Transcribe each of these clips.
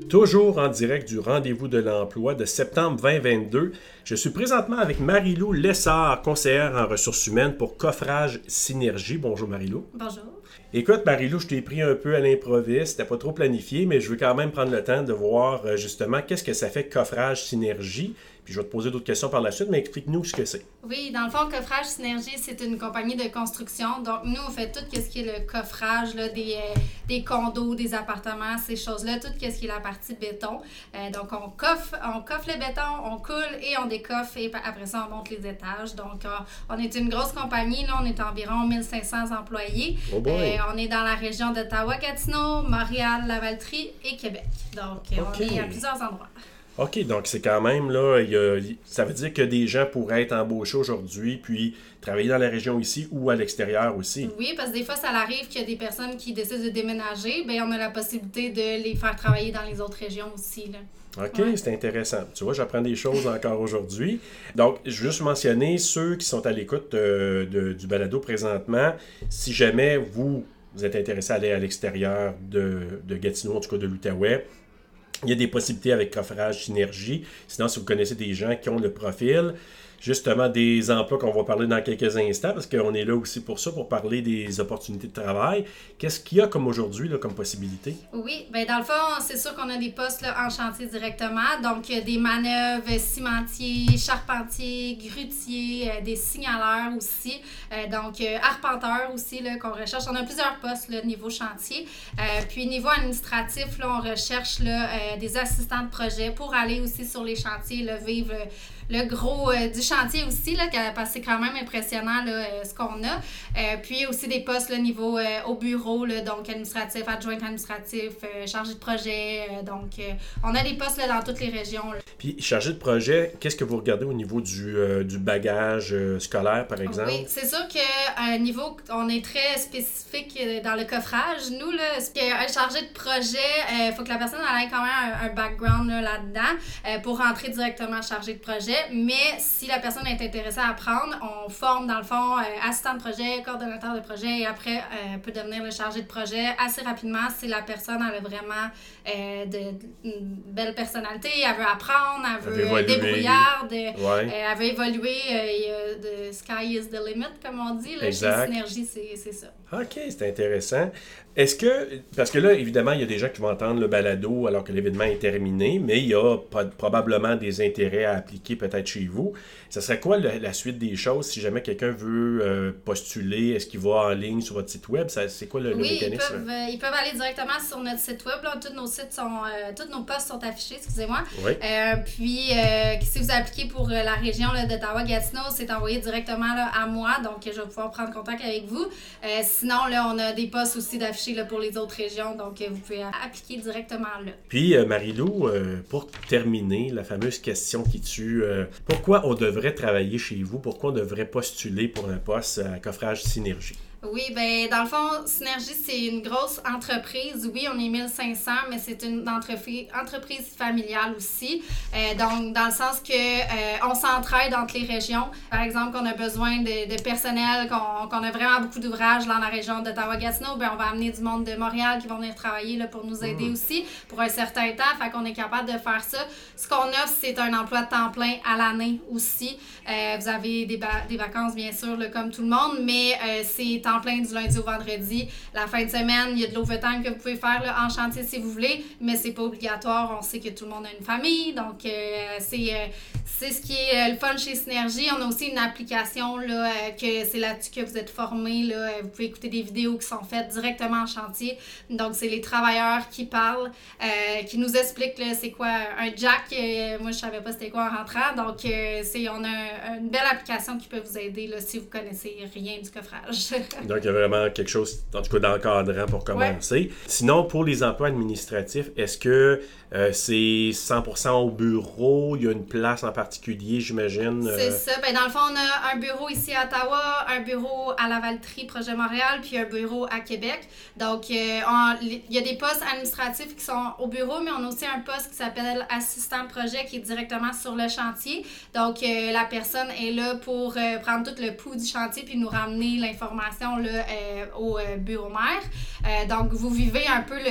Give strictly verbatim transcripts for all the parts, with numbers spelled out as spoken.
Toujours en direct du Rendez-vous de l'emploi de septembre vingt vingt-deux. Je suis présentement avec Marie-Lou Lessard, conseillère en ressources humaines pour Coffrage Synergie. Bonjour Marie-Lou. Bonjour. Écoute Marie-Lou, je t'ai pris un peu à l'improviste, c'était pas trop planifié, mais je veux quand même prendre le temps de voir justement qu'est-ce que ça fait Coffrage Synergie. Puis je vais te poser d'autres questions par la suite, mais explique-nous ce que c'est. Oui, dans le fond, Coffrage Synergie, c'est une compagnie de construction. Donc, nous, on fait tout ce qui est le coffrage là, des, euh, des condos, des appartements, ces choses-là, tout ce qui est la partie béton. Euh, donc, on coffre, on coffre le béton, on coule et on décoffre et après ça, on monte les étages. Donc, euh, on est une grosse compagnie. Là, on est environ mille cinq cents employés. Oh boy. Euh, on est dans la région d'Ottawa-Gatineau, Montréal, Lavaltrie et Québec. Donc, euh, Okay. on est à plusieurs endroits. OK, donc c'est quand même, là, il y a, ça veut dire que des gens pourraient être embauchés aujourd'hui, puis travailler dans la région ici ou à l'extérieur aussi. Oui, parce que des fois, ça arrive qu'il y a des personnes qui décident de déménager, bien, on a la possibilité de les faire travailler dans les autres régions aussi, là. OK, Ouais. c'est intéressant. Tu vois, j'apprends des choses encore aujourd'hui. Donc, je veux juste mentionner ceux qui sont à l'écoute euh, de, du balado présentement. Si jamais vous, vous êtes intéressé à aller à l'extérieur de, de Gatineau, en tout cas de l'Outaouais, il y a des possibilités avec Coffrage Synergie. Sinon, si vous connaissez des gens qui ont le profil, justement des emplois qu'on va parler dans quelques instants, parce qu'on est là aussi pour ça, pour parler des opportunités de travail. Qu'est-ce qu'il y a comme aujourd'hui, là, comme possibilité? Oui, bien dans le fond, c'est sûr qu'on a des postes là, en chantier directement. Donc, euh, des manœuvres, cimentiers, charpentiers, grutiers, euh, des signaleurs aussi. Euh, donc, euh, arpenteurs aussi là, qu'on recherche. On a plusieurs postes là, niveau chantier. Euh, puis, niveau administratif, là, on recherche là, euh, des assistants de projet pour aller aussi sur les chantiers, là, vivre euh, le gros euh, du chantier aussi, là, parce que c'est quand même impressionnant là, euh, ce qu'on a. Euh, puis aussi des postes là, niveau euh, au bureau, là, donc administratif, adjoint administratif, euh, chargé de projet. Euh, donc, euh, on a des postes là, dans toutes les régions. Là. Puis, chargé de projet, qu'est-ce que vous regardez au niveau du, euh, du bagage euh, scolaire, par exemple? Oui, c'est sûr qu'à un niveau, on est très spécifique dans le coffrage. Nous, là, parce qu'un chargé de projet, il euh, faut que la personne ait quand même un, un background là, là-dedans euh, pour rentrer directement chargé de projet. Mais si la personne est intéressée à apprendre, on forme dans le fond euh, assistant de projet, coordonnateur de projet et après euh, peut devenir le chargé de projet assez rapidement si la personne elle a vraiment euh, de, de, une belle personnalité, elle veut apprendre, elle veut être débrouillarde, ouais. euh, elle veut évoluer, euh, the sky is the limit comme on dit, là, exact. Chez Synergie, c'est, c'est ça. OK, c'est intéressant. Est-ce que, parce que là, évidemment, il y a des gens qui vont entendre le balado alors que l'événement est terminé, mais il y a pas, probablement des intérêts à appliquer peut-être chez vous. Ça serait quoi le, la suite des choses si jamais quelqu'un veut euh, postuler? Est-ce qu'il va en ligne sur votre site web? Ça, c'est quoi le, oui, le mécanisme? Oui, ils peuvent, euh, ils peuvent aller directement sur notre site web. Là. Tous nos sites sont, euh, tous nos postes sont affichés, excusez-moi. Oui. Euh, puis, euh, si vous appliquez pour euh, la région là, d'Ottawa-Gatineau, c'est envoyé directement là, à moi, donc je vais pouvoir prendre contact avec vous. Euh, sinon, là, on a des postes aussi d'affichés là, pour les autres régions, donc euh, vous pouvez appliquer directement là. Puis, euh, Marie-Lou, euh, pour terminer, la fameuse question qui tue, euh, pourquoi on devrait travailler chez vous? Pourquoi on devrait postuler pour un poste à Coffrage Synergie? Oui, bien, dans le fond, Synergie, c'est une grosse entreprise. Oui, on est mille cinq cents, mais c'est une entreprise, entreprise familiale aussi. Euh, donc, dans le sens que euh, on s'entraide entre les régions. Par exemple, qu'on a besoin de, de personnel, qu'on, qu'on a vraiment beaucoup d'ouvrages dans la région d'Ottawa-Gatineau, bien, on va amener du monde de Montréal qui vont venir travailler là, pour nous aider mmh. aussi pour un certain temps. Fait qu'on est capable de faire ça. Ce qu'on offre, c'est un emploi de temps plein à l'année aussi. Euh, vous avez des, ba- des vacances, bien sûr, là, comme tout le monde, mais euh, c'est temps plein du lundi au vendredi. La fin de semaine, il y a de l'overtime que vous pouvez faire là, en chantier si vous voulez, mais c'est pas obligatoire. On sait que tout le monde a une famille, donc euh, c'est, euh, c'est ce qui est euh, le fun chez Synergie. On a aussi une application là, euh, que c'est là-dessus que vous êtes formés. Là. Vous pouvez écouter des vidéos qui sont faites directement en chantier. Donc, c'est les travailleurs qui parlent, euh, qui nous expliquent là, c'est quoi un jack. Euh, moi, je savais pas c'était quoi en rentrant. Donc, euh, c'est, on a une belle application qui peut vous aider là, si vous connaissez rien du coffrage. Donc, il y a vraiment quelque chose, en tout cas, d'encadrant pour commencer. Ouais. Sinon, pour les emplois administratifs, est-ce que euh, c'est cent pour cent au bureau? Il y a une place en particulier, j'imagine? C'est euh... ça. Ben, dans le fond, on a un bureau ici à Ottawa, un bureau à Lavaltrie, projet Montréal, puis un bureau à Québec. Donc, euh, il y a des postes administratifs qui sont au bureau, mais on a aussi un poste qui s'appelle assistant de projet qui est directement sur le chantier. Donc, euh, la personne est là pour euh, prendre tout le pouls du chantier puis nous ramener l'information là, euh, au euh, bureau mère. Euh, donc, vous vivez un peu le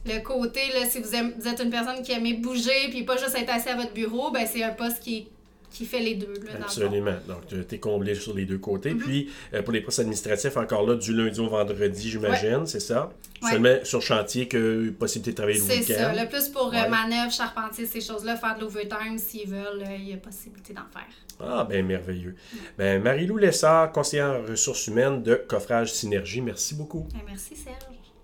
le côté, là, si vous, aimez, vous êtes une personne qui aime bouger puis pas juste être assis à votre bureau, ben c'est un poste qui est qui fait les deux. Là, absolument. Donc, tu es comblé sur les deux côtés. Mm-hmm. Puis, euh, pour les postes administratifs, encore là, du lundi au vendredi, j'imagine, ouais. c'est ça? Ouais. Seulement sur chantier que possibilité de travailler le week-end. C'est ça. Le plus pour ouais. euh, manœuvre, charpentier, ces choses-là, faire de l'overtime, s'ils veulent, il euh, y a possibilité d'en faire. Ah, bien, merveilleux. Mm. Ben, Marie-Lou Lessard, conseillère en ressources humaines de Coffrage Synergie, merci beaucoup. Ben, merci, Serge.